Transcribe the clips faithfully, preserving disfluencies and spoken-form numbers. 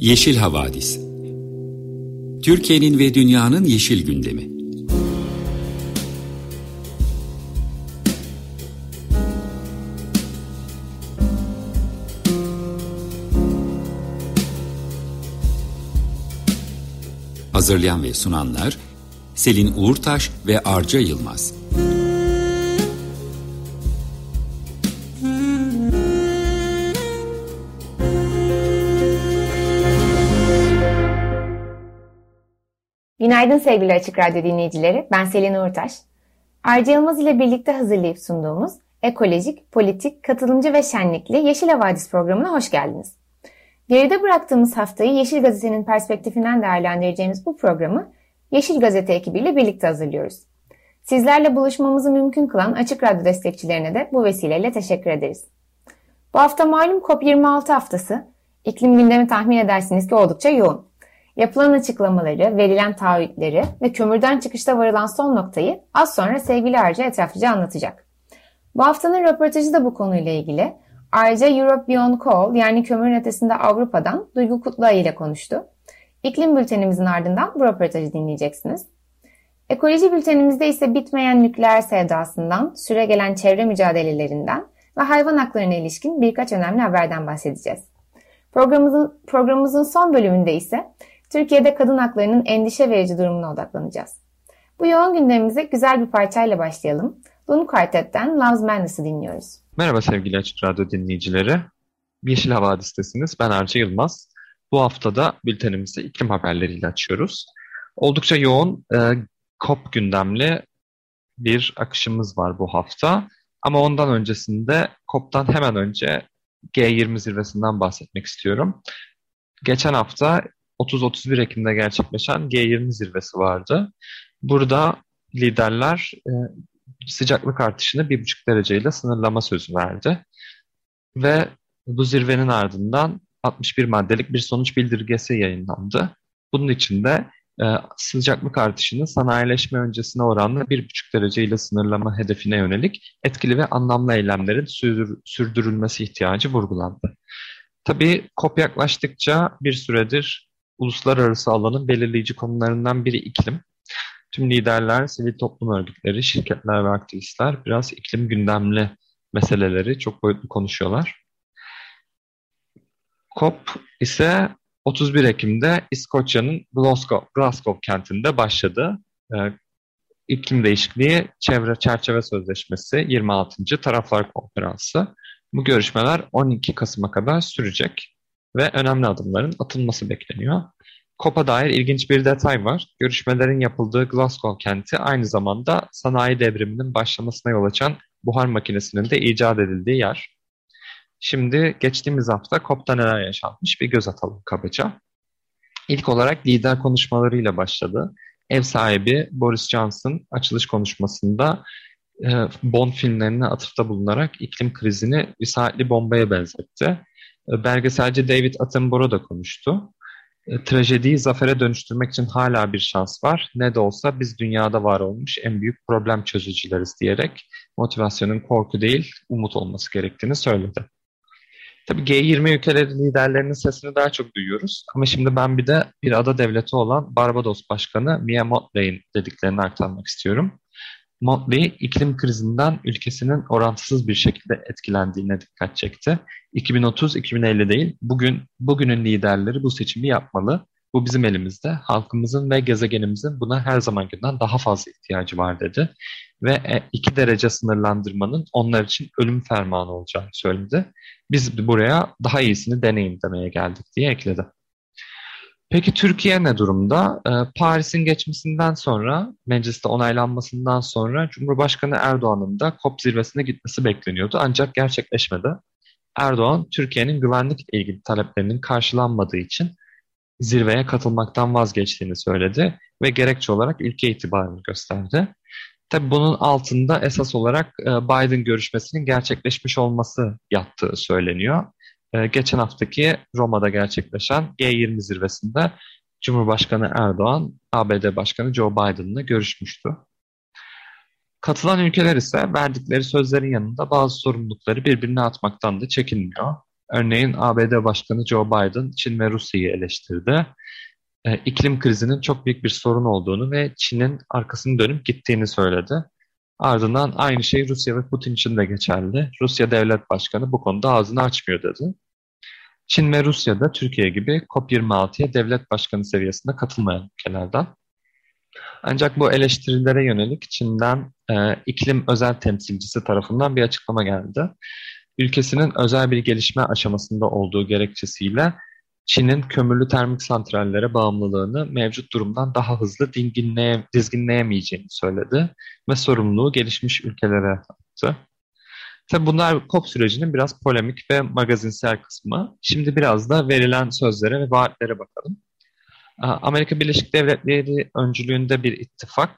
Yeşil Havadis. Türkiye'nin ve dünyanın yeşil gündemi. Hazırlayan ve sunanlar Selin Uğurtaş ve Arca Yılmaz. Günaydın sevgili Açık Radyo dinleyicileri, ben Selin Uğurtaş. Arca Yılmaz ile birlikte hazırlayıp sunduğumuz ekolojik, politik, katılımcı ve şenlikli Yeşil Havadis programına hoş geldiniz. Geride bıraktığımız haftayı Yeşil Gazete'nin perspektifinden değerlendireceğimiz bu programı Yeşil Gazete ekibiyle birlikte hazırlıyoruz. Sizlerle buluşmamızı mümkün kılan Açık Radyo destekçilerine de bu vesileyle teşekkür ederiz. Bu hafta malum COP yirmi altı haftası, iklim gündemi tahmin edersiniz ki oldukça yoğun. Yapılan açıklamaları, verilen taahhütleri ve kömürden çıkışta varılan son noktayı az sonra sevgili Arca etraflıca anlatacak. Bu haftanın röportajı da bu konuyla ilgili. Ayrıca Europe Beyond Coal, yani kömürün ötesinde Avrupa'dan Duygu Kutluay ile konuştu. İklim bültenimizin ardından bu röportajı dinleyeceksiniz. Ekoloji bültenimizde ise bitmeyen nükleer sevdasından, süregelen çevre mücadelelerinden ve hayvan haklarına ilişkin birkaç önemli haberden bahsedeceğiz. Programımızın, programımızın son bölümünde ise Türkiye'de kadın haklarının endişe verici durumuna odaklanacağız. Bu yoğun gündemimize güzel bir parçayla başlayalım. Lun Quartet'ten Love's Madness'ı dinliyoruz. Merhaba sevgili Açık Radyo dinleyicileri. Yeşil Havadis'tesiniz. Ben Arca Yılmaz. Bu haftada bültenimizi iklim haberleriyle açıyoruz. Oldukça yoğun e, COP gündemli bir akışımız var bu hafta. Ama ondan öncesinde COP'tan hemen önce G yirmi zirvesinden bahsetmek istiyorum. Geçen hafta otuz otuz bir Ekim'de gerçekleşen G yirmi zirvesi vardı. Burada liderler e, sıcaklık artışını bir buçuk dereceyle sınırlama sözü verdi. Ve bu zirvenin ardından altmış bir maddelik bir sonuç bildirgesi yayınlandı. Bunun içinde e, sıcaklık artışını sanayileşme öncesine oranla bir buçuk dereceyle sınırlama hedefine yönelik etkili ve anlamlı eylemlerin sürdür- sürdürülmesi ihtiyacı vurgulandı. Tabii COP yaklaştıkça bir süredir uluslararası alanın belirleyici konularından biri iklim. Tüm liderler, sivil toplum örgütleri, şirketler ve aktivistler biraz iklim gündemli meseleleri çok boyutlu konuşuyorlar. COP ise otuz bir Ekim'de İskoçya'nın Glasgow, Glasgow kentinde başladı. Ee, İklim Değişikliği Çevre Çerçeve Sözleşmesi yirmi altıncı Taraflar Konferansı. Bu görüşmeler on iki Kasım'a kadar sürecek ve önemli adımların atılması bekleniyor. COP'a dair ilginç bir detay var. Görüşmelerin yapıldığı Glasgow kenti aynı zamanda sanayi devriminin başlamasına yol açan buhar makinesinin de icat edildiği yer. Şimdi geçtiğimiz hafta COP'ta neler yaşanmış bir göz atalım kabaca. İlk olarak lider konuşmalarıyla başladı. Ev sahibi Boris Johnson açılış konuşmasında e, Bond filmlerine atıfta bulunarak iklim krizini bir saatli bombaya benzetti. E, belgeselci David Attenborough da konuştu. E, trajediyi zafere dönüştürmek için hala bir şans var. Ne de olsa biz dünyada var olmuş en büyük problem çözücüleriz diyerek motivasyonun korku değil, umut olması gerektiğini söyledi. Tabii G yirmi ülkeleri liderlerinin sesini daha çok duyuyoruz. Ama şimdi ben bir de bir ada devleti olan Barbados Başkanı Mia Mottley'in dediklerini aktarmak istiyorum. Motley, iklim krizinden ülkesinin orantısız bir şekilde etkilendiğine dikkat çekti. iki bin otuz iki bin elli değil, bugün bugünün liderleri bu seçimi yapmalı. Bu bizim elimizde, halkımızın ve gezegenimizin buna her zamankinden daha fazla ihtiyacı var dedi. Ve iki derece sınırlandırmanın onlar için ölüm fermanı olacağını söyledi. Biz buraya daha iyisini deneyin demeye geldik diye ekledi. Peki Türkiye ne durumda? Ee, Paris'in geçmesinden sonra, mecliste onaylanmasından sonra Cumhurbaşkanı Erdoğan'ın da COP zirvesine gitmesi bekleniyordu ancak gerçekleşmedi. Erdoğan, Türkiye'nin güvenlikle ilgili taleplerinin karşılanmadığı için zirveye katılmaktan vazgeçtiğini söyledi ve gerekçe olarak ülke itibarını gösterdi. Tabii bunun altında esas olarak Biden görüşmesinin gerçekleşmiş olması yattığı söyleniyor. Geçen haftaki Roma'da gerçekleşen G yirmi zirvesinde Cumhurbaşkanı Erdoğan, A B D Başkanı Joe Biden'la görüşmüştü. Katılan ülkeler ise verdikleri sözlerin yanında bazı sorumlulukları birbirine atmaktan da çekinmiyor. Örneğin A B D Başkanı Joe Biden Çin ve Rusya'yı eleştirdi. E, iklim krizinin çok büyük bir sorun olduğunu ve Çin'in arkasını dönüp gittiğini söyledi. Ardından aynı şey Rusya ve Putin için de geçerli. Rusya Devlet Başkanı bu konuda ağzını açmıyor dedi. Çin ve Rusya da Türkiye gibi COP yirmi altıya devlet başkanı seviyesinde katılmayan ülkelerden. Ancak bu eleştirilere yönelik Çin'den e, iklim özel temsilcisi tarafından bir açıklama geldi. Ülkesinin özel bir gelişme aşamasında olduğu gerekçesiyle Çin'in kömürlü termik santrallere bağımlılığını mevcut durumdan daha hızlı dinginleye, dizginleyemeyeceğini söyledi ve sorumluluğu gelişmiş ülkelere attı. Tabii bunlar COP sürecinin biraz polemik ve magazinsel kısmı. Şimdi biraz da verilen sözlere ve vaatlere bakalım. Amerika Birleşik Devletleri öncülüğünde bir ittifak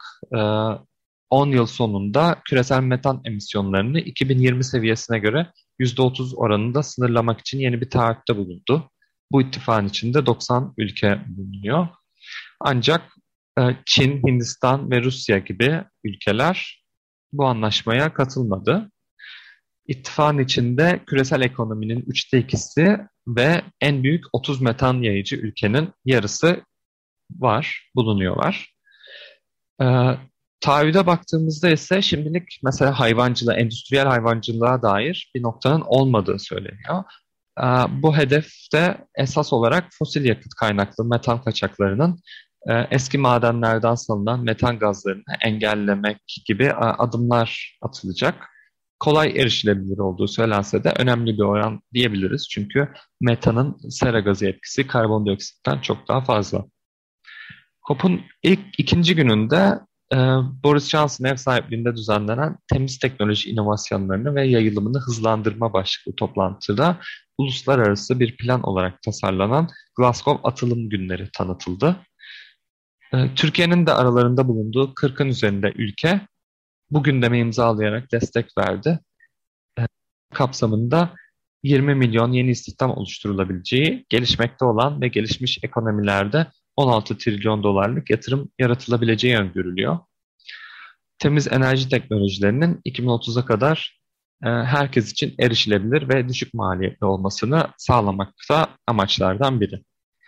on yıl sonunda küresel metan emisyonlarını iki bin yirmi seviyesine göre yüzde otuz oranında sınırlamak için yeni bir taahhütte bulundu. Bu ittifakın içinde doksan ülke bulunuyor. Ancak Çin, Hindistan ve Rusya gibi ülkeler bu anlaşmaya katılmadı. İttifakın içinde küresel ekonominin üçte ikisi ve en büyük otuz metan yayıcı ülkenin yarısı var, bulunuyorlar. Ee, taahhüde baktığımızda ise şimdilik mesela hayvancılığa, endüstriyel hayvancılığa dair bir noktanın olmadığı söyleniyor. Ee, bu hedefte esas olarak fosil yakıt kaynaklı metan kaçaklarının e, eski madenlerden salınan metan gazlarını engellemek gibi e, adımlar atılacak. Kolay erişilebilir olduğu söylense de önemli bir oran diyebiliriz. Çünkü metanın sera gazı etkisi karbondioksitten çok daha fazla. COP'un ilk ikinci gününde e, Boris Johnson ev sahipliğinde düzenlenen temiz teknoloji inovasyonlarını ve yayılımını hızlandırma başlıklı toplantıda uluslararası bir plan olarak tasarlanan Glasgow Atılım Günleri tanıtıldı. E, Türkiye'nin de aralarında bulunduğu kırkın üzerinde ülke bu gündeme imzalayarak destek verdi. E, kapsamında yirmi milyon yeni istihdam oluşturulabileceği, gelişmekte olan ve gelişmiş ekonomilerde on altı trilyon dolarlık yatırım yaratılabileceği öngörülüyor. Temiz enerji teknolojilerinin iki bin otuza kadar e, herkes için erişilebilir ve düşük maliyetli olmasını sağlamak da amaçlardan biri.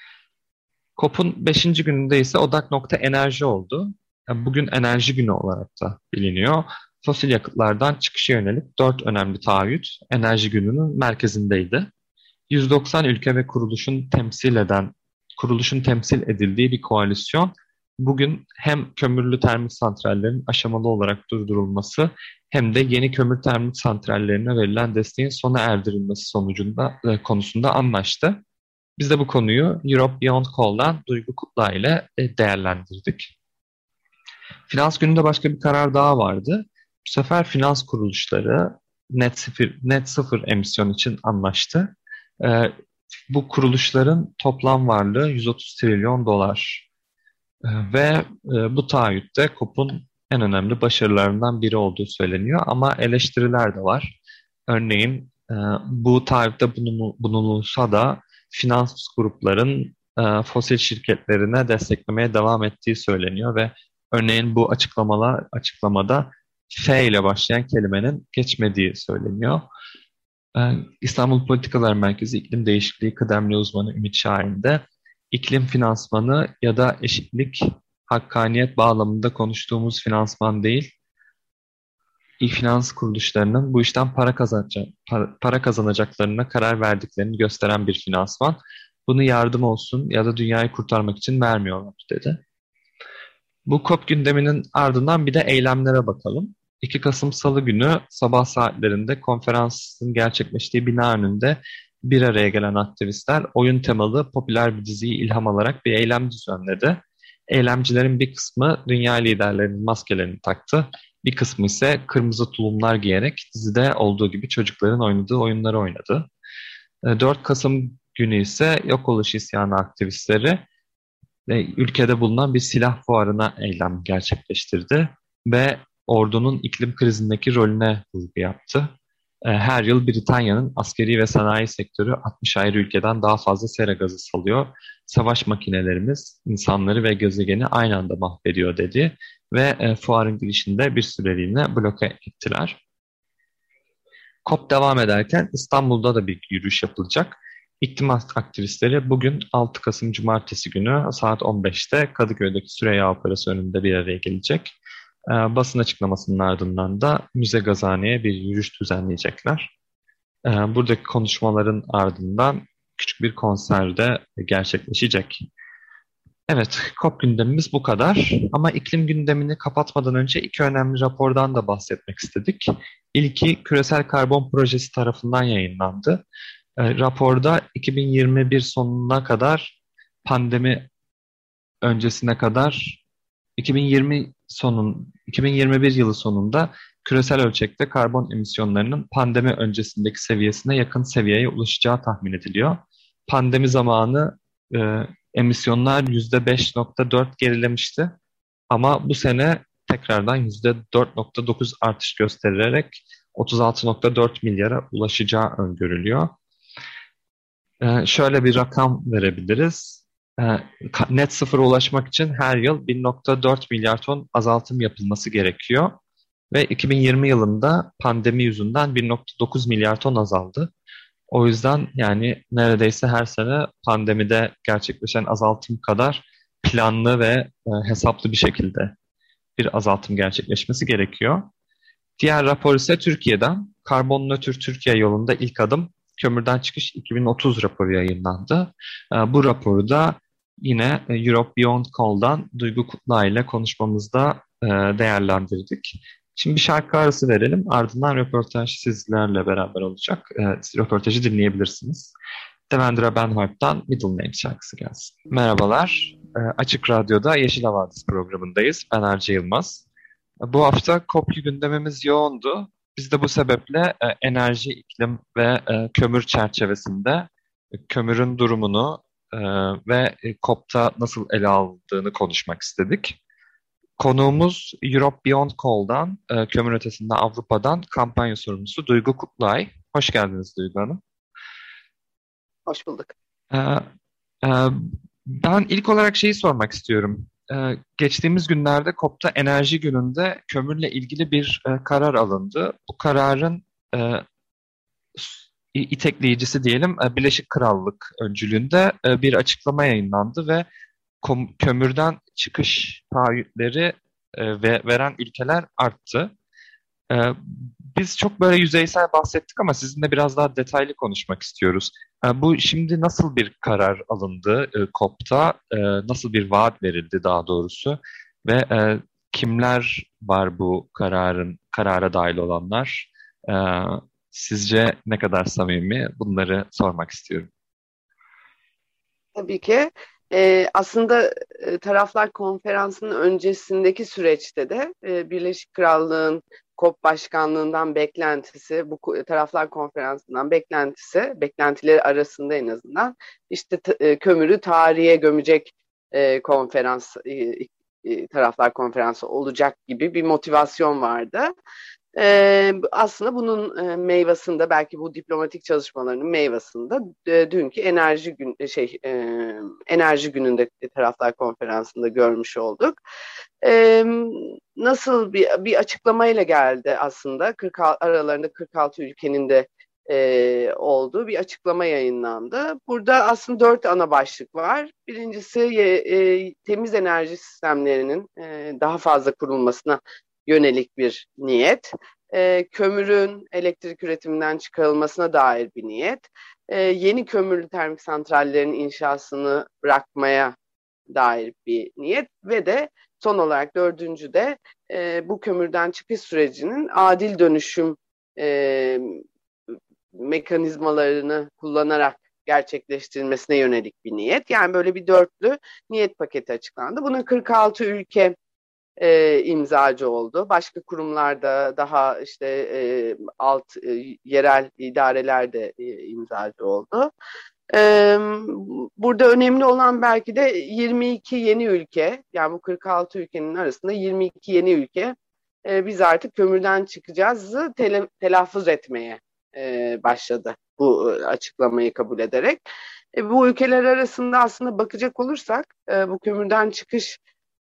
COP'un beşinci gününde ise odak nokta enerji oldu. Yani bugün enerji günü olarak da biliniyor. Fosil yakıtlardan çıkışa yönelik dört önemli taahhüt enerji gününün merkezindeydi. yüz doksan ülke ve kuruluşun temsil eden kuruluşun temsil edildiği bir koalisyon bugün hem kömürlü termik santrallerin aşamalı olarak durdurulması hem de yeni kömür termik santrallerine verilen desteğin sona erdirilmesi sonucunda e, konusunda anlaştı. Biz de bu konuyu Europe Beyond Coal'dan Duygu Kutla ile e, değerlendirdik. Finans gününde başka bir karar daha vardı. Bu sefer finans kuruluşları net sıfır, net sıfır emisyon için anlaştı. E, Bu kuruluşların toplam varlığı yüz otuz trilyon dolar ee, ve e, bu taahhütte COP'un en önemli başarılarından biri olduğu söyleniyor ama eleştiriler de var. Örneğin e, bu taahhütte bulunulsa da finans grupların e, fosil şirketlerine desteklemeye devam ettiği söyleniyor ve örneğin bu açıklamalar açıklamada F ile başlayan kelimenin geçmediği söyleniyor. İstanbul Politikalar Merkezi İklim Değişikliği Kıdemli Uzmanı Ümit Şahin de iklim finansmanı ya da eşitlik, hakkaniyet bağlamında konuştuğumuz finansman değil, finans kuruluşlarının bu işten para, kazanacak, para, para kazanacaklarına karar verdiklerini gösteren bir finansman. Bunu yardım olsun ya da dünyayı kurtarmak için vermiyorlar dedi. Bu COP gündeminin ardından bir de eylemlere bakalım. iki Kasım Salı günü sabah saatlerinde konferansın gerçekleştiği bina önünde bir araya gelen aktivistler oyun temalı popüler bir diziyi ilham alarak bir eylem düzenledi. Eylemcilerin bir kısmı dünya liderlerinin maskelerini taktı. Bir kısmı ise kırmızı tulumlar giyerek dizide olduğu gibi çocukların oynadığı oyunları oynadı. dört Kasım günü ise yok oluş isyanı aktivistleri ülkede bulunan bir silah fuarına eylem gerçekleştirdi ve ordunun iklim krizindeki rolüne vurgu yaptı. Her yıl Britanya'nın askeri ve sanayi sektörü altmış ayrı ülkeden daha fazla sera gazı salıyor. Savaş makinelerimiz insanları ve gezegeni aynı anda mahvediyor dedi ve fuarın girişinde bir süreliğine bloke ettiler. COP devam ederken İstanbul'da da bir yürüyüş yapılacak. İklim aktivistleri bugün altı Kasım Cumartesi günü saat on beşte Kadıköy'deki Süreyya Operası önünde bir araya gelecek. Ee, basın açıklamasının ardından da Müze Gazani'ye bir yürüyüş düzenleyecekler. Ee, buradaki konuşmaların ardından küçük bir konser de gerçekleşecek. Evet, COP gündemimiz bu kadar. Ama iklim gündemini kapatmadan önce iki önemli rapordan da bahsetmek istedik. İlki Küresel Karbon Projesi tarafından yayınlandı. E, raporda iki bin yirmi bir sonuna kadar, pandemi öncesine kadar, iki bin yirmi sonun, iki bin yirmi bir yılı sonunda küresel ölçekte karbon emisyonlarının pandemi öncesindeki seviyesine yakın seviyeye ulaşacağı tahmin ediliyor. Pandemi zamanı e, emisyonlar yüzde beş nokta dört gerilemişti. Ama bu sene tekrardan yüzde dört nokta dokuz artış göstererek otuz altı nokta dört milyara ulaşacağı öngörülüyor. Ee, şöyle bir rakam verebiliriz. Ee, net sıfıra ulaşmak için her yıl bir nokta dört milyar ton azaltım yapılması gerekiyor. Ve iki bin yirmi yılında pandemi yüzünden bir nokta dokuz milyar ton azaldı. O yüzden yani neredeyse her sene pandemide gerçekleşen azaltım kadar planlı ve e, hesaplı bir şekilde bir azaltım gerçekleşmesi gerekiyor. Diğer rapor ise Türkiye'den. Karbon nötr Türkiye yolunda ilk adım kömürden çıkış iki bin otuz raporu yayınlandı. E, bu raporu da yine Europe Beyond Coal'dan Duygu Kutlay ile konuşmamızda e, değerlendirdik. Şimdi bir şarkı arası verelim. Ardından röportaj sizlerle beraber olacak. E, röportajı dinleyebilirsiniz. Devendra Banhart'tan Middle Name şarkısı gelsin. Merhabalar. E, Açık Radyo'da Yeşil Havadis programındayız. Ben Arca Yılmaz. E, bu hafta COP gündemimiz yoğundu. Biz de bu sebeple e, enerji, iklim ve e, kömür çerçevesinde e, kömürün durumunu e, ve e, COP'ta nasıl ele aldığını konuşmak istedik. Konuğumuz Europe Beyond Coal'dan, e, Kömür Ötesinde Avrupa'dan kampanya sorumlusu Duygu Kutlay. Hoş geldiniz Duygu Hanım. Hoş bulduk. E, e, ben ilk olarak şeyi sormak istiyorum. E, geçtiğimiz günlerde COP'ta Enerji Günü'nde kömürle ilgili bir e, karar alındı. Bu kararın e, itekleyicisi diyelim e, Birleşik Krallık öncülüğünde e, bir açıklama yayınlandı ve kömürden çıkış taahhütleri e, ve veren ülkeler arttı. E, biz çok böyle yüzeysel bahsettik ama sizinle biraz daha detaylı konuşmak istiyoruz. E, bu şimdi nasıl bir karar alındı e, COP'ta? E, nasıl bir vaat verildi daha doğrusu? Ve e, kimler var bu kararın karara dahil olanlar? E, sizce ne kadar samimi? Bunları sormak istiyorum. Tabii ki. Ee, aslında e, Taraflar Konferansı'nın öncesindeki süreçte de e, Birleşik Krallığın COP başkanlığından beklentisi, bu Taraflar Konferansı'ndan beklentisi, beklentileri arasında en azından işte t- e, kömürü tarihe gömecek e, konferans, e, e, Taraflar Konferansı olacak gibi bir motivasyon vardı. Ee, aslında bunun e, meyvasında, belki bu diplomatik çalışmalarının meyvasında e, dünkü enerji gün şey e, enerji gününde Taraflar Konferansı'nda görmüş olduk. E, nasıl bir bir açıklamayla geldi aslında kırk altı, aralarında kırk altı ülkenin de e, olduğu bir açıklama yayınlandı. Burada aslında dört ana başlık var. Birincisi e, e, temiz enerji sistemlerinin e, daha fazla kurulmasına yönelik bir niyet, e, kömürün elektrik üretiminden çıkarılmasına dair bir niyet, e, yeni kömürlü termik santrallerin inşasını bırakmaya dair bir niyet ve de son olarak dördüncü de e, bu kömürden çıkış sürecinin adil dönüşüm e, mekanizmalarını kullanarak gerçekleştirilmesine yönelik bir niyet. Yani böyle bir dörtlü niyet paketi açıklandı. Bunun kırk altı ülke E, imzacı oldu. Başka kurumlarda daha işte e, alt e, yerel idareler de e, imzacı oldu. E, burada önemli olan belki de yirmi iki yeni ülke, yani bu kırk altı ülkenin arasında yirmi iki yeni ülke e, biz artık kömürden çıkacağızı tele, telaffuz etmeye e, başladı bu açıklamayı kabul ederek. E, bu ülkeler arasında aslında bakacak olursak e, bu kömürden çıkış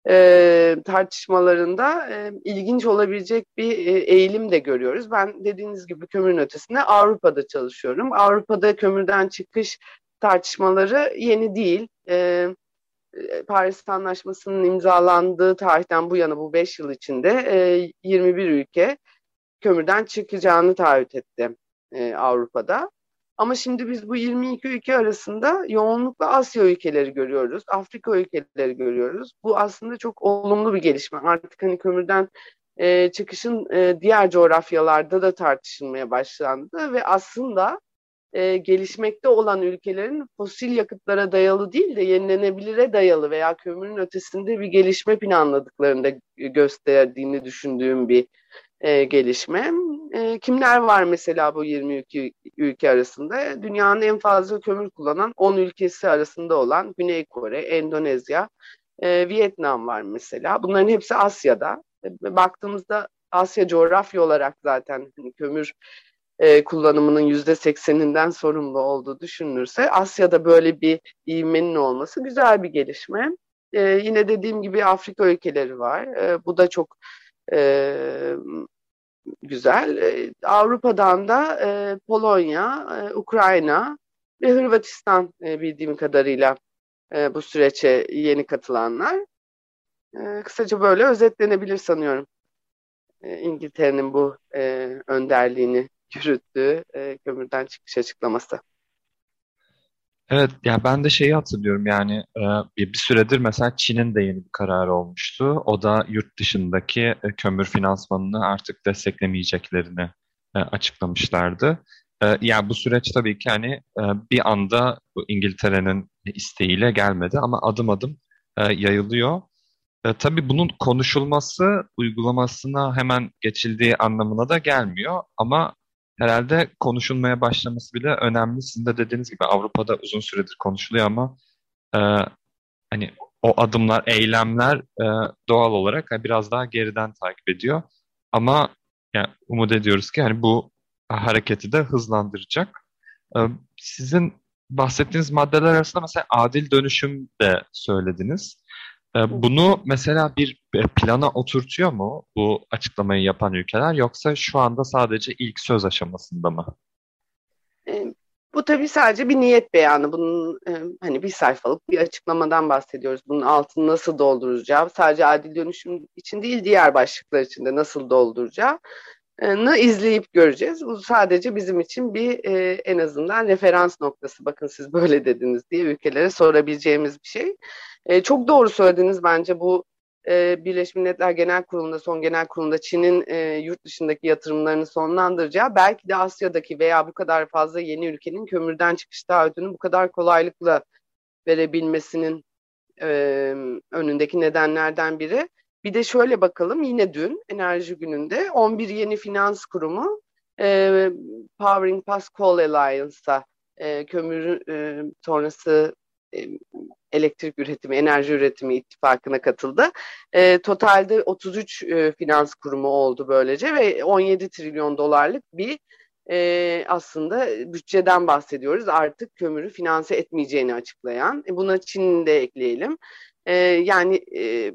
e, tartışmalarında e, ilginç olabilecek bir e, eğilim de görüyoruz. Ben dediğiniz gibi kömürün ötesinde Avrupa'da çalışıyorum. Avrupa'da kömürden çıkış tartışmaları yeni değil. E, Paris Anlaşması'nın imzalandığı tarihten bu yana bu beş yıl içinde e, yirmi bir ülke kömürden çıkacağını taahhüt etti e, Avrupa'da. Ama şimdi biz bu yirmi iki ülke arasında yoğunlukla Asya ülkeleri görüyoruz, Afrika ülkeleri görüyoruz. Bu aslında çok olumlu bir gelişme. Artık hani kömürden e, çıkışın e, diğer coğrafyalarda da tartışılmaya başlandı ve aslında e, gelişmekte olan ülkelerin fosil yakıtlara dayalı değil de yenilenebilire dayalı veya kömürün ötesinde bir gelişme planladıklarını da gösterdiğini düşündüğüm bir e, gelişme. E, kimler var mesela bu yirmi iki ülke arasında? Dünyanın en fazla kömür kullanan on ülkesi arasında olan Güney Kore, Endonezya, e, Vietnam var mesela. Bunların hepsi Asya'da. E, baktığımızda Asya coğrafya olarak zaten hani kömür e, kullanımının yüzde sekseninden sorumlu olduğu düşünülürse Asya'da böyle bir ivmenin olması güzel bir gelişme. E, yine dediğim gibi Afrika ülkeleri var. E, bu da çok e, güzel. E, Avrupa'dan da e, Polonya, e, Ukrayna ve Hırvatistan e, bildiğim kadarıyla e, bu süreçe yeni katılanlar. E, kısaca böyle özetlenebilir sanıyorum. E, İngiltere'nin bu e, önderliğini yürüttüğü e, kömürden çıkış açıklaması. Evet, ya ben de şeyi hatırlıyorum yani e, bir bir süredir mesela Çin'in de yeni bir kararı olmuştu. O da yurt dışındaki e, kömür finansmanını artık desteklemeyeceklerini e, açıklamışlardı. E, yani bu süreç tabii ki hani e, bir anda bu İngiltere'nin isteğiyle gelmedi ama adım adım e, yayılıyor. E, tabii bunun konuşulması uygulamasına hemen geçildiği anlamına da gelmiyor ama herhalde konuşulmaya başlaması bile önemli. Sizin de dediğiniz gibi Avrupa'da uzun süredir konuşuluyor ama e, hani o adımlar, eylemler e, doğal olarak hani biraz daha geriden takip ediyor. Ama yani umut ediyoruz ki hani bu hareketi de hızlandıracak. E, Sizin bahsettiğiniz maddeler arasında mesela adil dönüşüm de söylediniz. E, Bunu mesela bir e, plana oturtuyor mu bu açıklamayı yapan ülkeler yoksa şu anda sadece ilk söz aşamasında mı? E, Bu tabii sadece bir niyet beyanı. Bunun e, hani bir sayfalık bir açıklamadan bahsediyoruz. Bunun altını nasıl dolduracağı, sadece adil dönüşüm için değil diğer başlıklar için de nasıl dolduracağını izleyip göreceğiz. Bu sadece bizim için bir e, en azından referans noktası. Bakın siz böyle dediniz diye ülkelere sorabileceğimiz bir şey. E, çok doğru söylediniz bence bu e, Birleşmiş Milletler Genel Kurulu'nda, son genel kurulunda Çin'in e, yurt dışındaki yatırımlarını sonlandıracağı, belki de Asya'daki veya bu kadar fazla yeni ülkenin kömürden çıkış taahhüdünü bu kadar kolaylıkla verebilmesinin e, önündeki nedenlerden biri. Bir de şöyle bakalım, yine dün Enerji Günü'nde on bir yeni finans kurumu e, Powering Past Coal Alliance'a e, kömür e, sonrası e, elektrik üretimi, enerji üretimi ittifakına katıldı. E, totalde otuz üç e, finans kurumu oldu böylece ve on yedi trilyon dolarlık bir e, aslında bütçeden bahsediyoruz. Artık kömürü finanse etmeyeceğini açıklayan. E, buna Çin'i de ekleyelim. E, yani e,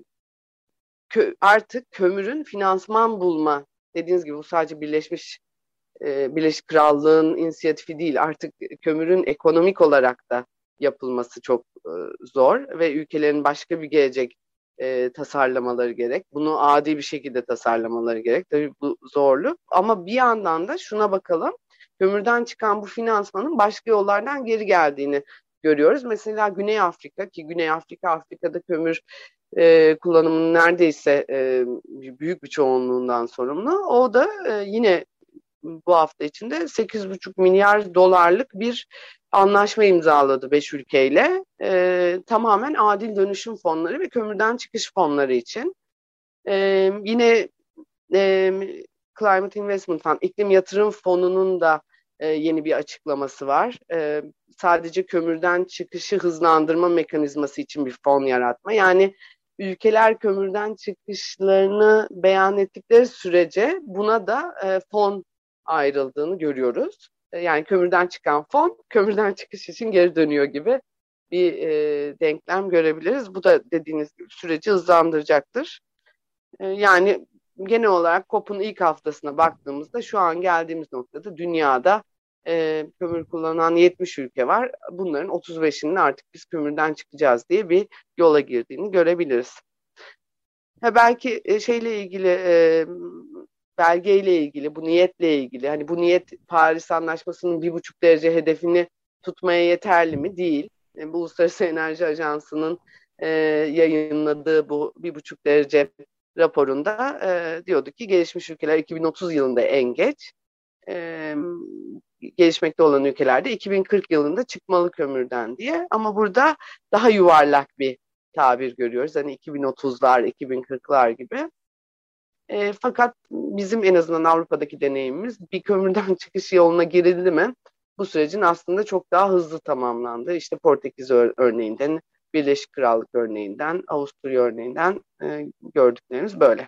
kö, artık kömürün finansman bulma, dediğiniz gibi bu sadece Birleşmiş e, Birleşik Krallığın inisiyatifi değil. Artık kömürün ekonomik olarak da yapılması çok e, zor ve ülkelerin başka bir gelecek e, tasarlamaları gerek. Bunu adil bir şekilde tasarlamaları gerek. Tabii bu zorlu. Ama bir yandan da şuna bakalım. Kömürden çıkan bu finansmanın başka yollardan geri geldiğini görüyoruz. Mesela Güney Afrika, ki Güney Afrika, Afrika'da kömür e, kullanımının neredeyse e, büyük bir çoğunluğundan sorumlu. O da e, yine bu hafta içinde sekiz buçuk milyar dolarlık bir anlaşma imzaladı beş ülkeyle. E, tamamen adil dönüşüm fonları ve kömürden çıkış fonları için. E, yine e, Climate Investment Fund, iklim yatırım fonunun da e, yeni bir açıklaması var. E, sadece kömürden çıkışı hızlandırma mekanizması için bir fon yaratma. Yani ülkeler kömürden çıkışlarını beyan ettikleri sürece buna da e, fon ayrıldığını görüyoruz. Yani kömürden çıkan fon, kömürden çıkış için geri dönüyor gibi bir e, denklem görebiliriz. Bu da dediğiniz gibi süreci hızlandıracaktır. E, yani genel olarak COP'un ilk haftasına baktığımızda şu an geldiğimiz noktada dünyada e, kömür kullanan yetmiş ülke var. Bunların otuz beşinin artık biz kömürden çıkacağız diye bir yola girdiğini görebiliriz. Ha belki e, şeyle ilgili e, belgeyle ilgili, bu niyetle ilgili, hani bu niyet Paris Anlaşması'nın bir buçuk derece hedefini tutmaya yeterli mi? Değil. E, bu Uluslararası Enerji Ajansı'nın e, yayınladığı bu bir buçuk derece raporunda e, diyordu ki gelişmiş ülkeler iki bin otuz yılında en geç, e, gelişmekte olan ülkelerde iki bin kırk yılında çıkmalı kömürden diye. Ama burada daha yuvarlak bir tabir görüyoruz. Hani iki bin otuzlar, iki bin kırklar gibi. E, fakat bizim en azından Avrupa'daki deneyimimiz bir kömürden çıkış yoluna girildi mi bu sürecin aslında çok daha hızlı tamamlandı. İşte Portekiz ör- örneğinden, Birleşik Krallık örneğinden, Avusturya örneğinden e, gördüklerimiz böyle.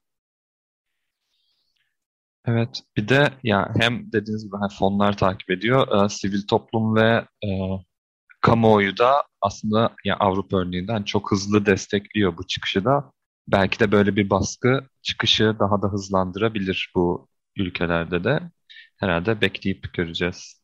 Evet, bir de ya hem dediğiniz gibi hani fonlar takip ediyor, e, sivil toplum ve e, kamuoyu da aslında ya Avrupa örneğinden çok hızlı destekliyor bu çıkışı da. Belki de böyle bir baskı çıkışı daha da hızlandırabilir bu ülkelerde de. Herhalde bekleyip göreceğiz.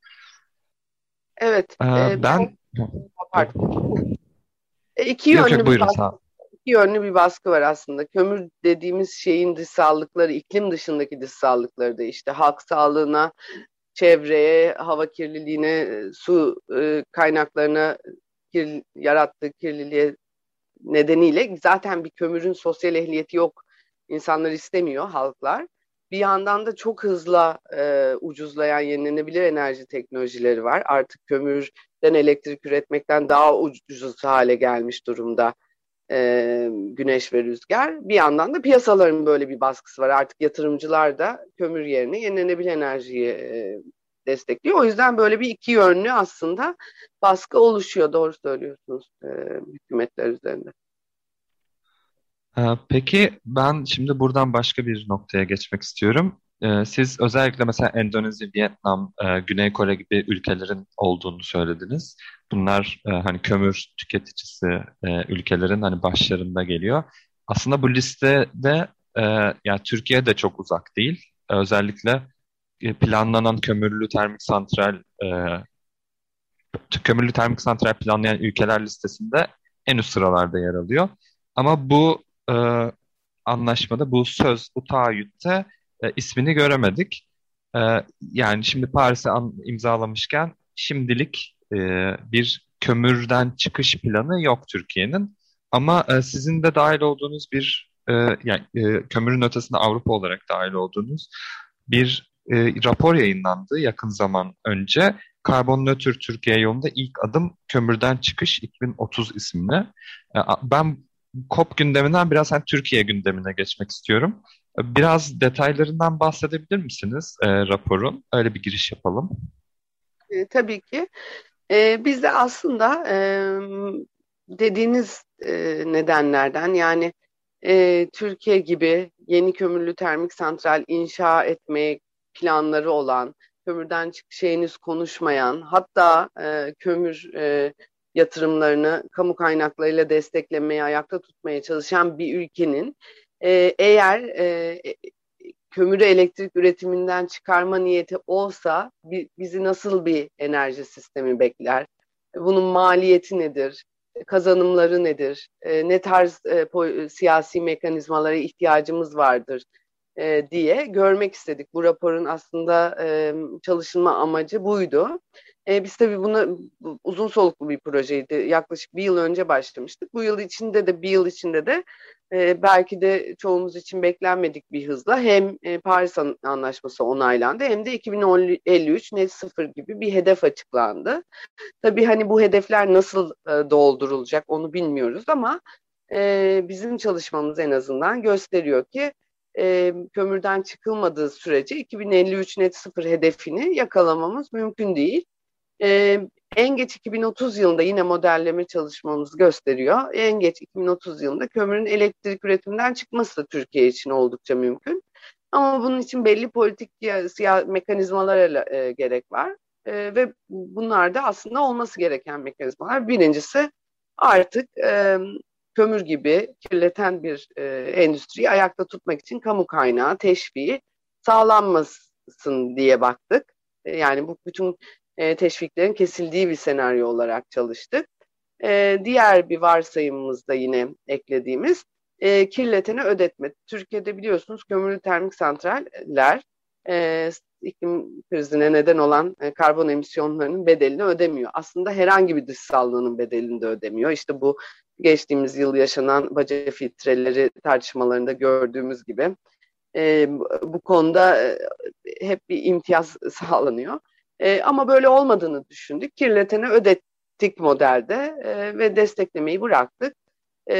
Evet, Ee, e, ben pardon. E, iki yok yok yönlü bir buyurun baskı, sağ ol. iki yönlü bir baskı var aslında. Kömür dediğimiz şeyin dışsallıkları, iklim dışındaki dışsallıkları da işte halk sağlığına, çevreye, hava kirliliğine, su e, kaynaklarına kir, yarattığı kirliliğe nedeniyle zaten bir kömürün sosyal ehliyeti yok. İnsanlar istemiyor, halklar. Bir yandan da çok hızlı e, ucuzlayan yenilenebilir enerji teknolojileri var. Artık kömürden elektrik üretmekten daha ucuz hale gelmiş durumda e, güneş ve rüzgar. Bir yandan da piyasaların böyle bir baskısı var. Artık yatırımcılar da kömür yerine yenilenebilir enerjiyi e, destekliyor. O yüzden böyle bir iki yönlü aslında baskı oluşuyor. Doğru söylüyorsunuz e, hükümetler üzerinde. Ee, Peki ben şimdi buradan başka bir noktaya geçmek istiyorum. Ee, Siz özellikle mesela Endonezya, Vietnam, e, Güney Kore gibi ülkelerin olduğunu söylediniz. Bunlar e, hani kömür tüketicisi e, ülkelerin hani başlarında geliyor. Aslında bu listede e, yani Türkiye de çok uzak değil. Özellikle e, planlanan kömürlü termik santral e, kömürlü termik santral planlayan ülkeler listesinde en üst sıralarda yer alıyor. Ama bu e, anlaşmada, bu söz, bu taahhütte e, ismini göremedik. E, Yani şimdi Paris'e an- imzalamışken şimdilik e, bir kömürden çıkış planı yok Türkiye'nin. Ama e, sizin de dahil olduğunuz bir e, yani e, kömürün ötesinde Avrupa olarak dahil olduğunuz bir e, rapor yayınlandı yakın zaman önce. Karbon nötr Türkiye yolunda ilk adım kömürden çıkış iki bin otuz isimli. E, a- Ben COP gündeminden biraz hani Türkiye gündemine geçmek istiyorum. E, Biraz detaylarından bahsedebilir misiniz e, raporun? Öyle bir giriş yapalım. E, tabii ki. E, biz de aslında e, dediğiniz e, nedenlerden yani e, Türkiye gibi yeni kömürlü termik santral inşa etmeye planları olan, kömürden çıkış henüz konuşmayan, hatta e, kömür e, yatırımlarını kamu kaynaklarıyla desteklemeye, ayakta tutmaya çalışan bir ülkenin e, eğer e, kömürü elektrik üretiminden çıkarma niyeti olsa bizi nasıl bir enerji sistemi bekler? Bunun maliyeti nedir? Kazanımları nedir? Ne tarz siyasi mekanizmalara ihtiyacımız vardır diye görmek istedik. Bu raporun aslında çalışılma amacı buydu. Biz tabii buna uzun soluklu bir projeydi. Yaklaşık bir yıl önce başlamıştık. Bu yıl içinde de bir yıl içinde de e, belki de çoğumuz için beklenmedik bir hızla hem e, Paris Anlaşması onaylandı hem de iki bin elli üç net sıfır gibi bir hedef açıklandı. Tabii hani bu hedefler nasıl e, doldurulacak onu bilmiyoruz ama e, bizim çalışmamız en azından gösteriyor ki e, kömürden çıkılmadığı sürece iki bin elli üç net sıfır hedefini yakalamamız mümkün değil. Ee, En geç iki bin otuz yılında yine modelleme çalışmamız gösteriyor. En geç iki bin otuz yılında kömürün elektrik üretiminden çıkması da Türkiye için oldukça mümkün. Ama bunun için belli politik siyasi mekanizmalara e, gerek var. E, ve bunlar da aslında olması gereken mekanizmalar. Birincisi artık e, kömür gibi kirleten bir e, endüstriyi ayakta tutmak için kamu kaynağı, teşviği sağlanmasın diye baktık. E, yani bu bütün e, teşviklerin kesildiği bir senaryo olarak çalıştık. E, diğer bir varsayımımız da yine eklediğimiz e, kirletene ödetme. Türkiye'de biliyorsunuz kömürlü termik santraller e, iklim krizine neden olan e, karbon emisyonlarının bedelini ödemiyor. Aslında herhangi bir dışsallığının bedelini de ödemiyor. İşte bu geçtiğimiz yıl yaşanan baca filtreleri tartışmalarında gördüğümüz gibi e, bu konuda e, hep bir imtiyaz sağlanıyor. E, ama böyle olmadığını düşündük. Kirletene ödettik modelde e, ve desteklemeyi bıraktık. E,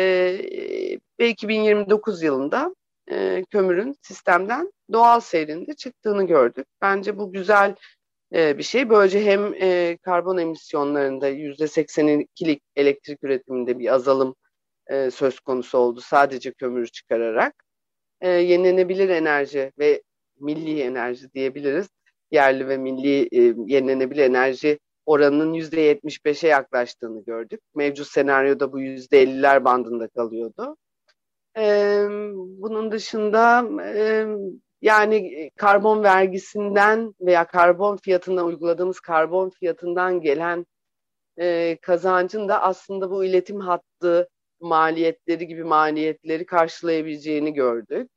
ve iki bin yirmi dokuz yılında e, kömürün sistemden doğal seyrinde çıktığını gördük. Bence bu güzel e, bir şey. Böylece hem e, karbon emisyonlarında yüzde seksen ikilik elektrik üretiminde bir azalım e, söz konusu oldu sadece kömürü çıkararak. E, yenilenebilir enerji ve milli enerji diyebiliriz. Yerli ve milli e, yenilenebilir enerji oranının yüzde yetmiş beşe yaklaştığını gördük. Mevcut senaryoda bu yüzde elliler bandında kalıyordu. Ee, bunun dışında e, yani karbon vergisinden veya karbon fiyatından uyguladığımız karbon fiyatından gelen e, kazancın da aslında bu iletim hattı maliyetleri gibi maliyetleri karşılayabileceğini gördük.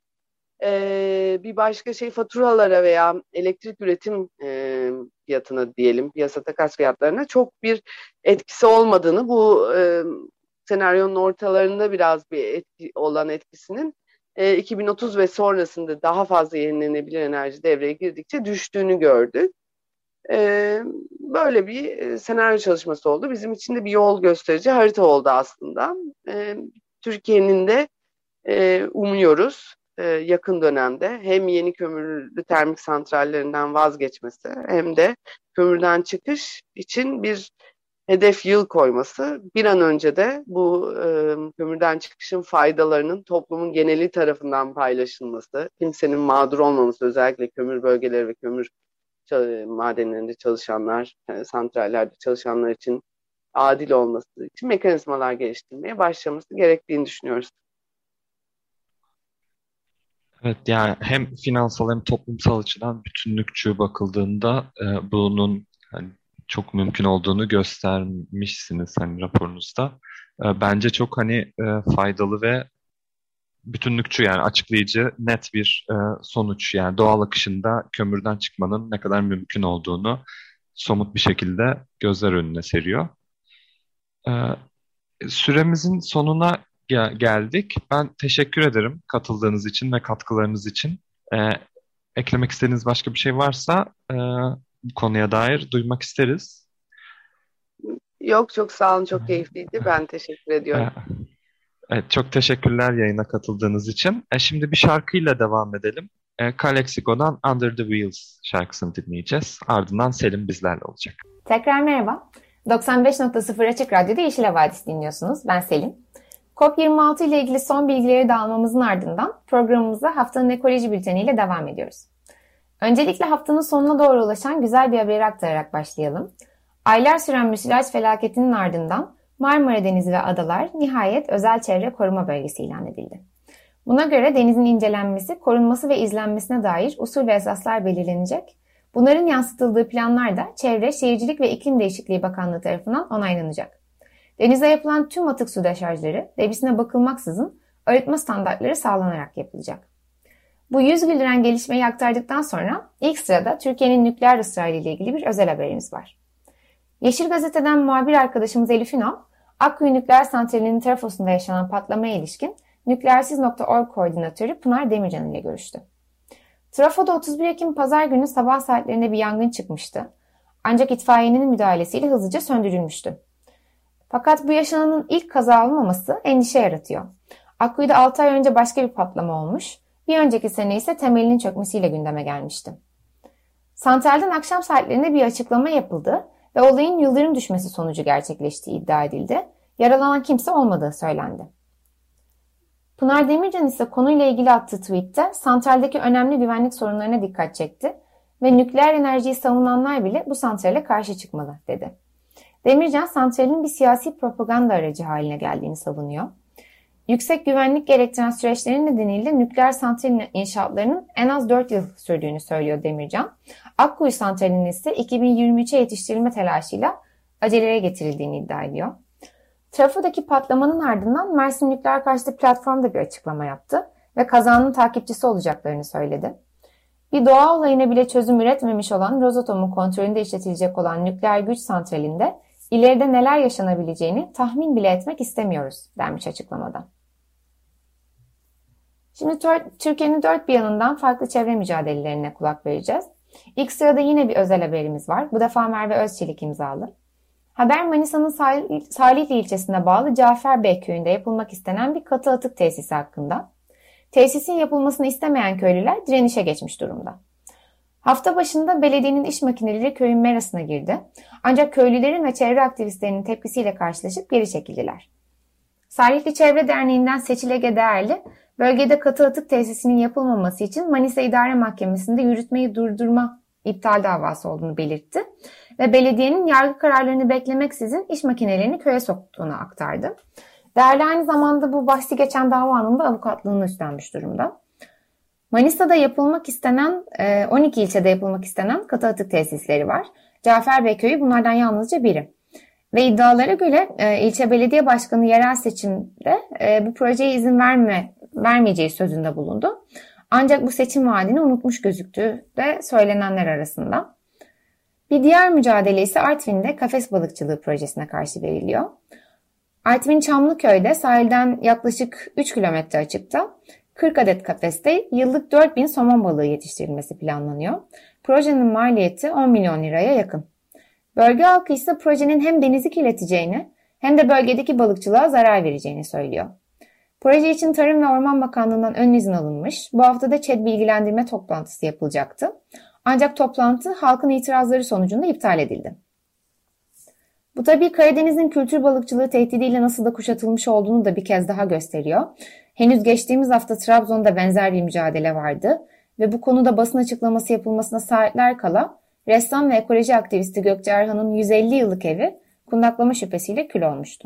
Ee, bir başka şey faturalara veya elektrik üretim e, fiyatına diyelim, piyasa takas fiyatlarına çok bir etkisi olmadığını, bu e, senaryonun ortalarında biraz bir etki, olan etkisinin e, iki bin otuz ve sonrasında daha fazla yenilenebilir enerji devreye girdikçe düştüğünü gördük. E, böyle bir e, senaryo çalışması oldu. Bizim için de bir yol gösterici harita oldu aslında. E, Türkiye'nin de e, umuyoruz yakın dönemde hem yeni kömürlü termik santrallerinden vazgeçmesi hem de kömürden çıkış için bir hedef yıl koyması, bir an önce de bu e, kömürden çıkışın faydalarının toplumun geneli tarafından paylaşılması, kimsenin mağdur olmaması, özellikle kömür bölgeleri ve kömür madenlerinde çalışanlar, yani santrallerde çalışanlar için adil olması için mekanizmalar geliştirmeye başlaması gerektiğini düşünüyoruz. Evet, yani hem finansal hem toplumsal açıdan bütünlükçü bakıldığında e, bunun hani, çok mümkün olduğunu göstermişsiniz hani raporunuzda. E, bence çok hani e, faydalı ve bütünlükçü, yani açıklayıcı, net bir e, sonuç. Yani doğal akışında kömürden çıkmanın ne kadar mümkün olduğunu somut bir şekilde gözler önüne seriyor. E, süremizin sonuna gel- geldik. Ben teşekkür ederim katıldığınız için ve katkılarınız için. E, eklemek istediğiniz başka bir şey varsa e, bu konuya dair duymak isteriz. Yok, çok sağ olun, çok keyifliydi. Ben teşekkür ediyorum. E, evet, çok teşekkürler yayına katıldığınız için. E, şimdi bir şarkıyla devam edelim. E, Calexico'dan Under the Wheels şarkısını dinleyeceğiz. Ardından Selim bizlerle olacak. Tekrar merhaba. doksan beş nokta sıfır Açık Radyo'da Yeşil Havadis dinliyorsunuz. Ben Selin. COP yirmi altı ile ilgili son bilgileri de almamızın ardından programımıza haftanın ekoloji bülteniyle devam ediyoruz. Öncelikle haftanın sonuna doğru ulaşan güzel bir haberi aktararak başlayalım. Aylar süren müsilaj felaketinin ardından Marmara Denizi ve adalar nihayet özel çevre koruma bölgesi ilan edildi. Buna göre denizin incelenmesi, korunması ve izlenmesine dair usul ve esaslar belirlenecek. Bunların yansıtıldığı planlar da Çevre, Şehircilik ve İklim Değişikliği Bakanlığı tarafından onaylanacak. Denize yapılan tüm atık su deşarjları debisine bakılmaksızın arıtma standartları sağlanarak yapılacak. Bu yüz güldüren gelişmeyi aktardıktan sonra ilk sırada Türkiye'nin nükleer ısrarı ile ilgili bir özel haberimiz var. Yeşil Gazete'den muhabir arkadaşımız Elif Ünal, Akkuyu Nükleer Santrali'nin trafosunda yaşanan patlamaya ilişkin nükleersiz nokta org koordinatörü Pınar Demircan ile görüştü. Trafoda otuz bir Ekim Pazar günü sabah saatlerinde bir yangın çıkmıştı. Ancak itfaiyenin müdahalesiyle hızlıca söndürülmüştü. Fakat bu yaşananın ilk kaza olmaması endişe yaratıyor. Akkuyu'da altı ay önce başka bir patlama olmuş, bir önceki sene ise temelinin çökmesiyle gündeme gelmişti. Santralden akşam saatlerinde bir açıklama yapıldı ve olayın yıldırım düşmesi sonucu gerçekleştiği iddia edildi. Yaralanan kimse olmadığı söylendi. Pınar Demircan ise konuyla ilgili attığı tweette santraldeki önemli güvenlik sorunlarına dikkat çekti ve nükleer enerjiyi savunanlar bile bu santrale karşı çıkmalı dedi. Demircan, santralin bir siyasi propaganda aracı haline geldiğini savunuyor. Yüksek güvenlik gerektiren süreçlerin nedeniyle nükleer santral inşaatlarının en az dört yıl sürdüğünü söylüyor Demircan. Akkuyu santralinin ise iki bin yirmi üçe yetiştirilme telaşıyla aceleye getirildiğini iddia ediyor. Trafo'daki patlamanın ardından Mersin Nükleer Karşıtı Platform da bir açıklama yaptı ve kazanın takipçisi olacaklarını söyledi. Bir doğa olayına bile çözüm üretmemiş olan Rosatom'un kontrolünde işletilecek olan nükleer güç santralinde ileride neler yaşanabileceğini tahmin bile etmek istemiyoruz denmiş açıklamada. Şimdi Türkiye'nin dört bir yanından farklı çevre mücadelelerine kulak vereceğiz. İlk sırada yine bir özel haberimiz var. Bu defa Merve Özçelik imzalı. Haber Manisa'nın Salihli ilçesine bağlı Caferbey köyünde yapılmak istenen bir katı atık tesisi hakkında. Tesisin yapılmasını istemeyen köylüler direnişe geçmiş durumda. Hafta başında belediyenin iş makineleri köyün merasına girdi. Ancak köylülerin ve çevre aktivistlerinin tepkisiyle karşılaşıp geri çekildiler. Salihli Çevre Derneği'nden Seçil Ege Değerli, bölgede katı atık tesisinin yapılmaması için Manisa İdare Mahkemesi'nde yürütmeyi durdurma iptal davası olduğunu belirtti ve belediyenin yargı kararlarını beklemeksizin iş makinelerini köye soktuğunu aktardı. Değerli aynı zamanda bu bahsi geçen davanın da avukatlığını üstlenmiş durumda. Manisa'da yapılmak istenen, on iki ilçede yapılmak istenen katı atık tesisleri var. Caferbey Köyü bunlardan yalnızca biri. Ve iddialara göre ilçe belediye başkanı yerel seçimde bu projeye izin verme, vermeyeceği sözünde bulundu. Ancak bu seçim vaadini unutmuş gözüktüğü de söylenenler arasında. Bir diğer mücadele ise Artvin'de kafes balıkçılığı projesine karşı veriliyor. Artvin Çamlıköy'de sahilden yaklaşık üç kilometre açıkta kırk adet kafeste yıllık dört bin somon balığı yetiştirilmesi planlanıyor. Projenin maliyeti on milyon liraya yakın. Bölge halkı ise projenin hem denizi kirleteceğini hem de bölgedeki balıkçılığa zarar vereceğini söylüyor. Proje için Tarım ve Orman Bakanlığı'ndan ön izin alınmış. Bu hafta da ÇED bilgilendirme toplantısı yapılacaktı. Ancak toplantı halkın itirazları sonucunda iptal edildi. Bu tabii Karadeniz'in kültür balıkçılığı tehdidiyle nasıl da kuşatılmış olduğunu da bir kez daha gösteriyor. Henüz geçtiğimiz hafta Trabzon'da benzer bir mücadele vardı ve bu konuda basın açıklaması yapılmasına saatler kala ressam ve ekoloji aktivisti Gökçe Erhan'ın yüz elli yıllık evi kundaklama şüphesiyle kül olmuştu.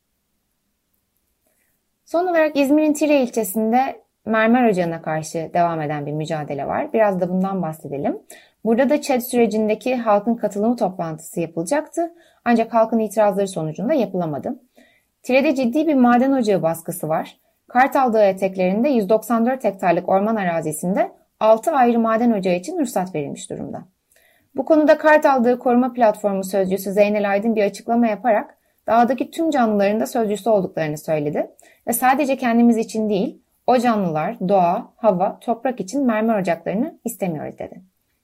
Son olarak İzmir'in Tire ilçesinde mermer ocağına karşı devam eden bir mücadele var. Biraz da bundan bahsedelim. Burada da ÇED sürecindeki halkın katılımı toplantısı yapılacaktı. Ancak halkın itirazları sonucunda yapılamadı. Tire'de ciddi bir maden ocağı baskısı var. Kartal Dağı eteklerinde yüz doksan dört hektarlık orman arazisinde altı ayrı maden ocağı için ruhsat verilmiş durumda. Bu konuda Kartal Dağı Koruma Platformu sözcüsü Zeynel Aydın bir açıklama yaparak dağdaki tüm canlıların da sözcüsü olduklarını söyledi ve sadece kendimiz için değil, o canlılar, doğa, hava, toprak için mermer ocaklarını istemiyoruz dedi.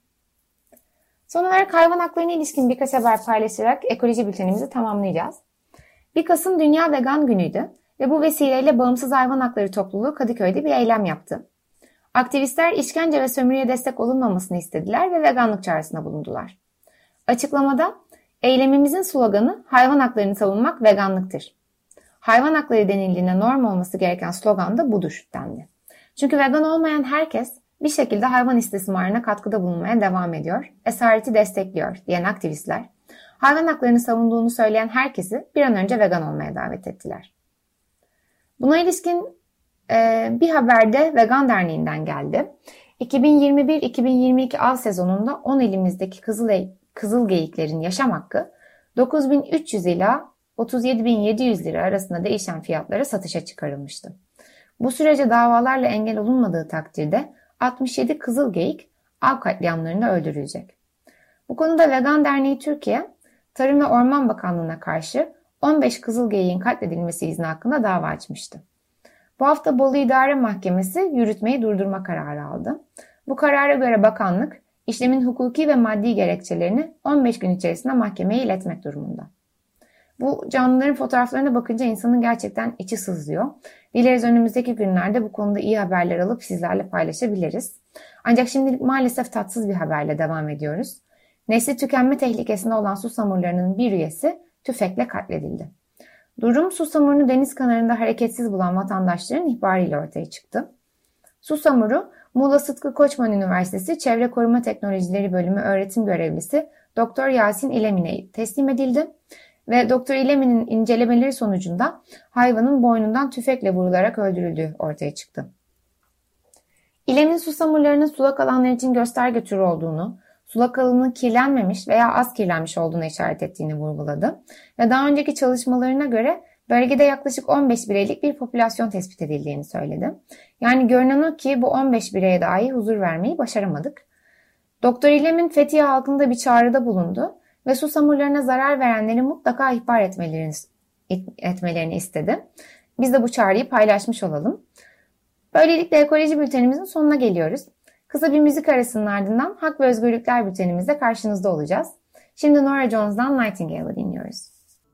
Son olarak hayvan haklarına ilişkin birkaç haber paylaşarak ekoloji bültenimizi tamamlayacağız. bir Kasım Dünya Vegan Günü'ydü ve bu vesileyle Bağımsız Hayvan Hakları Topluluğu Kadıköy'de bir eylem yaptı. Aktivistler işkence ve sömürüye destek olunmamasını istediler ve veganlık çağrısında bulundular. Açıklamada, eylemimizin sloganı hayvan haklarını savunmak veganlıktır. Hayvan hakları denildiğinde norm olması gereken slogan da budur dendi. Çünkü vegan olmayan herkes bir şekilde hayvan istismarına katkıda bulunmaya devam ediyor, esareti destekliyor diyen aktivistler, hayvan haklarını savunduğunu söyleyen herkesi bir an önce vegan olmaya davet ettiler. Buna ilişkin e, bir haber de Vegan Derneği'nden geldi. iki bin yirmi bir iki bin yirmi iki av sezonunda on ilimizdeki kızıl, kızıl geyiklerin yaşam hakkı dokuz bin üç yüz ila otuz yedi bin yedi yüz lira arasında değişen fiyatlara satışa çıkarılmıştı. Bu sürece davalarla engel olunmadığı takdirde altmış yedi kızıl geyik av katliamlarında öldürülecek. Bu konuda Vegan Derneği Türkiye, Tarım ve Orman Bakanlığı'na karşı on beş kızıl geyiğin katledilmesi izni hakkında dava açmıştı. Bu hafta Bolu İdare Mahkemesi yürütmeyi durdurma kararı aldı. Bu karara göre bakanlık, işlemin hukuki ve maddi gerekçelerini on beş gün içerisinde mahkemeye iletmek durumunda. Bu canlıların fotoğraflarına bakınca insanın gerçekten içi sızlıyor. Dileriz önümüzdeki günlerde bu konuda iyi haberler alıp sizlerle paylaşabiliriz. Ancak şimdilik maalesef tatsız bir haberle devam ediyoruz. Nesli tükenme tehlikesinde olan susamurlarının bir üyesi tüfekle katledildi. Durum susamurunu deniz kenarında hareketsiz bulan vatandaşların ihbarıyla ortaya çıktı. Susamuru Muğla Sıtkı Koçman Üniversitesi Çevre Koruma Teknolojileri Bölümü öğretim görevlisi Doktor Yasin İlemin'e teslim edildi ve Doktor İlemin'in incelemeleri sonucunda hayvanın boynundan tüfekle vurularak öldürüldüğü ortaya çıktı. İlemin susamurlarının sulak alanlar için gösterge türü olduğunu, sulak alanının kirlenmemiş veya az kirlenmiş olduğuna işaret ettiğini vurguladı ve daha önceki çalışmalarına göre bölgede yaklaşık on beş bireylik bir popülasyon tespit edildiğini söyledi. Yani görünen o ki bu on beş bireye dahi huzur vermeyi başaramadık. Doktor İlemin Fethiye halkında bir çağrıda bulundu ve susamurlarına zarar verenleri mutlaka ihbar etmelerini, etmelerini istedi. Biz de bu çağrıyı paylaşmış olalım. Böylelikle ekoloji bültenimizin sonuna geliyoruz. Kısa bir müzik arasının ardından Hak ve Özgürlükler bültenimizde karşınızda olacağız. Şimdi Norah Jones'dan Nightingale'ı dinliyoruz.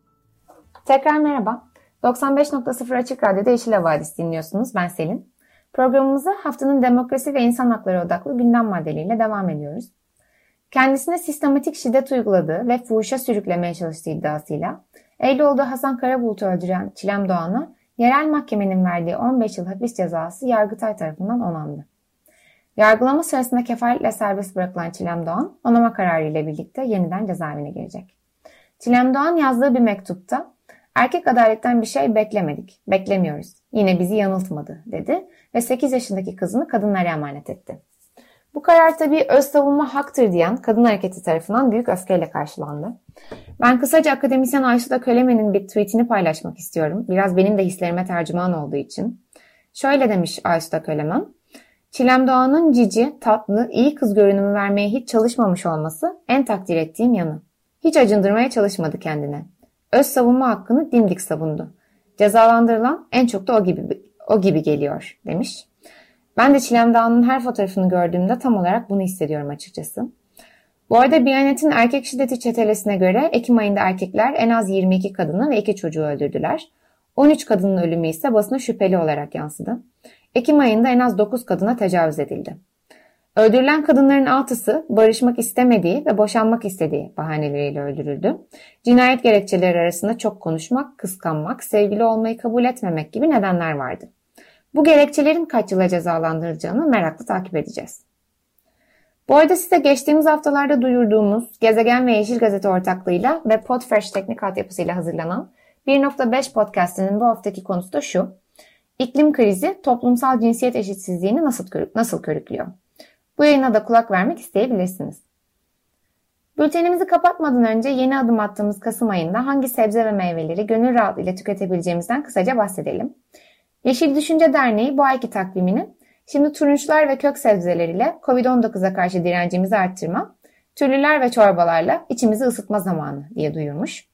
Tekrar merhaba. doksan beş nokta sıfır Açık Radyo'da Yeşil Havadis dinliyorsunuz. Ben Selin. Programımıza haftanın demokrasi ve insan hakları odaklı gündem maddeleriyle devam ediyoruz. Kendisine sistematik şiddet uyguladığı ve fuhuşa sürüklemeye çalıştığı iddiasıyla Eylül'de Hasan Karabulut'u öldüren Çilem Doğan'a yerel mahkemenin verdiği on beş yıl hapis cezası Yargıtay tarafından onandı. Yargılama sırasında kefaletle serbest bırakılan Çilem Doğan, onama kararı ile birlikte yeniden cezaevine girecek. Çilem Doğan yazdığı bir mektupta, "Erkek adaletten bir şey beklemedik, beklemiyoruz. Yine bizi yanıltmadı," dedi ve sekiz yaşındaki kızını kadınlara emanet etti. Bu karar tabii öz savunma haktır diyen kadın hareketi tarafından büyük öfkeyle karşılandı. Ben kısaca akademisyen Aysuda Kölemen'in bir tweetini paylaşmak istiyorum. Biraz benim de hislerime tercüman olduğu için. Şöyle demiş Aysuda Kölemen, "Çilem Doğan'ın cici, tatlı, iyi kız görünümü vermeye hiç çalışmamış olması en takdir ettiğim yanı. Hiç acındırmaya çalışmadı kendine. Öz savunma hakkını dimdik savundu. Cezalandırılan en çok da o gibi, o gibi geliyor," demiş. Ben de Çilem Doğan'ın her fotoğrafını gördüğümde tam olarak bunu hissediyorum açıkçası. Bu arada Biyanet'in erkek şiddeti çetelesine göre Ekim ayında erkekler en az yirmi iki kadını ve iki çocuğu öldürdüler. on üç kadının ölümü ise basına şüpheli olarak yansıdı. Ekim ayında en az dokuz kadına tecavüz edildi. Öldürülen kadınların altısı barışmak istemediği ve boşanmak istediği bahaneleriyle öldürüldü. Cinayet gerekçeleri arasında çok konuşmak, kıskanmak, sevgili olmayı kabul etmemek gibi nedenler vardı. Bu gerekçelerin kaç yıla cezalandırılacağını merakla takip edeceğiz. Bu arada size geçtiğimiz haftalarda duyurduğumuz Gezegen ve Yeşil Gazete ortaklığıyla ve Podfresh teknik altyapısıyla hazırlanan bir nokta beş podcastinin bu haftaki konusu da şu: İklim krizi toplumsal cinsiyet eşitsizliğini nasıl, nasıl körüklüyor? Bu yayına da kulak vermek isteyebilirsiniz. Bültenimizi kapatmadan önce yeni adım attığımız Kasım ayında hangi sebze ve meyveleri gönül rahatlığıyla tüketebileceğimizden kısaca bahsedelim. Yeşil Düşünce Derneği bu ayki takvimini şimdi turunçlar ve kök sebzeleriyle kovid on dokuza karşı direncimizi arttırma, türlüler ve çorbalarla içimizi ısıtma zamanı diye duyurmuş.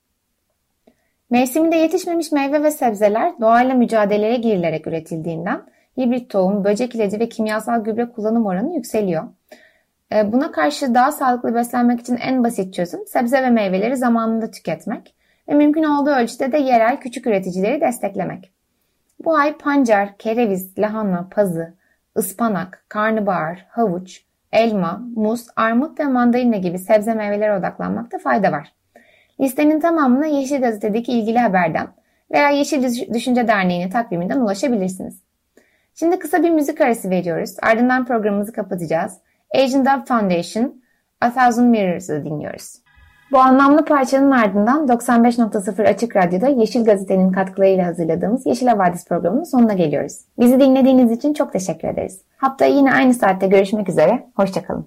Mevsiminde yetişmemiş meyve ve sebzeler doğayla mücadeleye girilerek üretildiğinden hibrit tohum, böcek ilacı ve kimyasal gübre kullanım oranı yükseliyor. Buna karşı daha sağlıklı beslenmek için en basit çözüm sebze ve meyveleri zamanında tüketmek ve mümkün olduğu ölçüde de yerel küçük üreticileri desteklemek. Bu ay pancar, kereviz, lahana, pazı, ıspanak, karnabahar, havuç, elma, muz, armut ve mandalina gibi sebze meyvelere odaklanmakta fayda var. Listenin tamamına Yeşil Gazete'deki ilgili haberden veya Yeşil Düşünce Derneği'nin takviminden ulaşabilirsiniz. Şimdi kısa bir müzik arası veriyoruz. Ardından programımızı kapatacağız. Asian Dub Foundation, A Thousand Mirrors'ı dinliyoruz. Bu anlamlı parçanın ardından doksan beş nokta sıfır Açık Radyo'da Yeşil Gazete'nin katkılarıyla hazırladığımız Yeşil Havadis programının sonuna geliyoruz. Bizi dinlediğiniz için çok teşekkür ederiz. Haftaya yine aynı saatte görüşmek üzere. Hoşçakalın.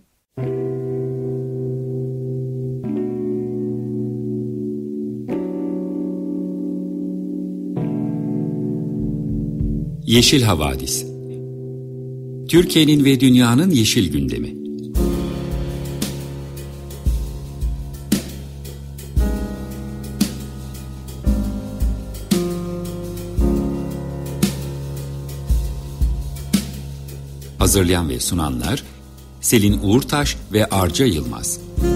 Yeşil Havadis, Türkiye'nin ve dünyanın yeşil gündemi. Hazırlayan ve sunanlar Selin Uğurtaş ve Arca Yılmaz.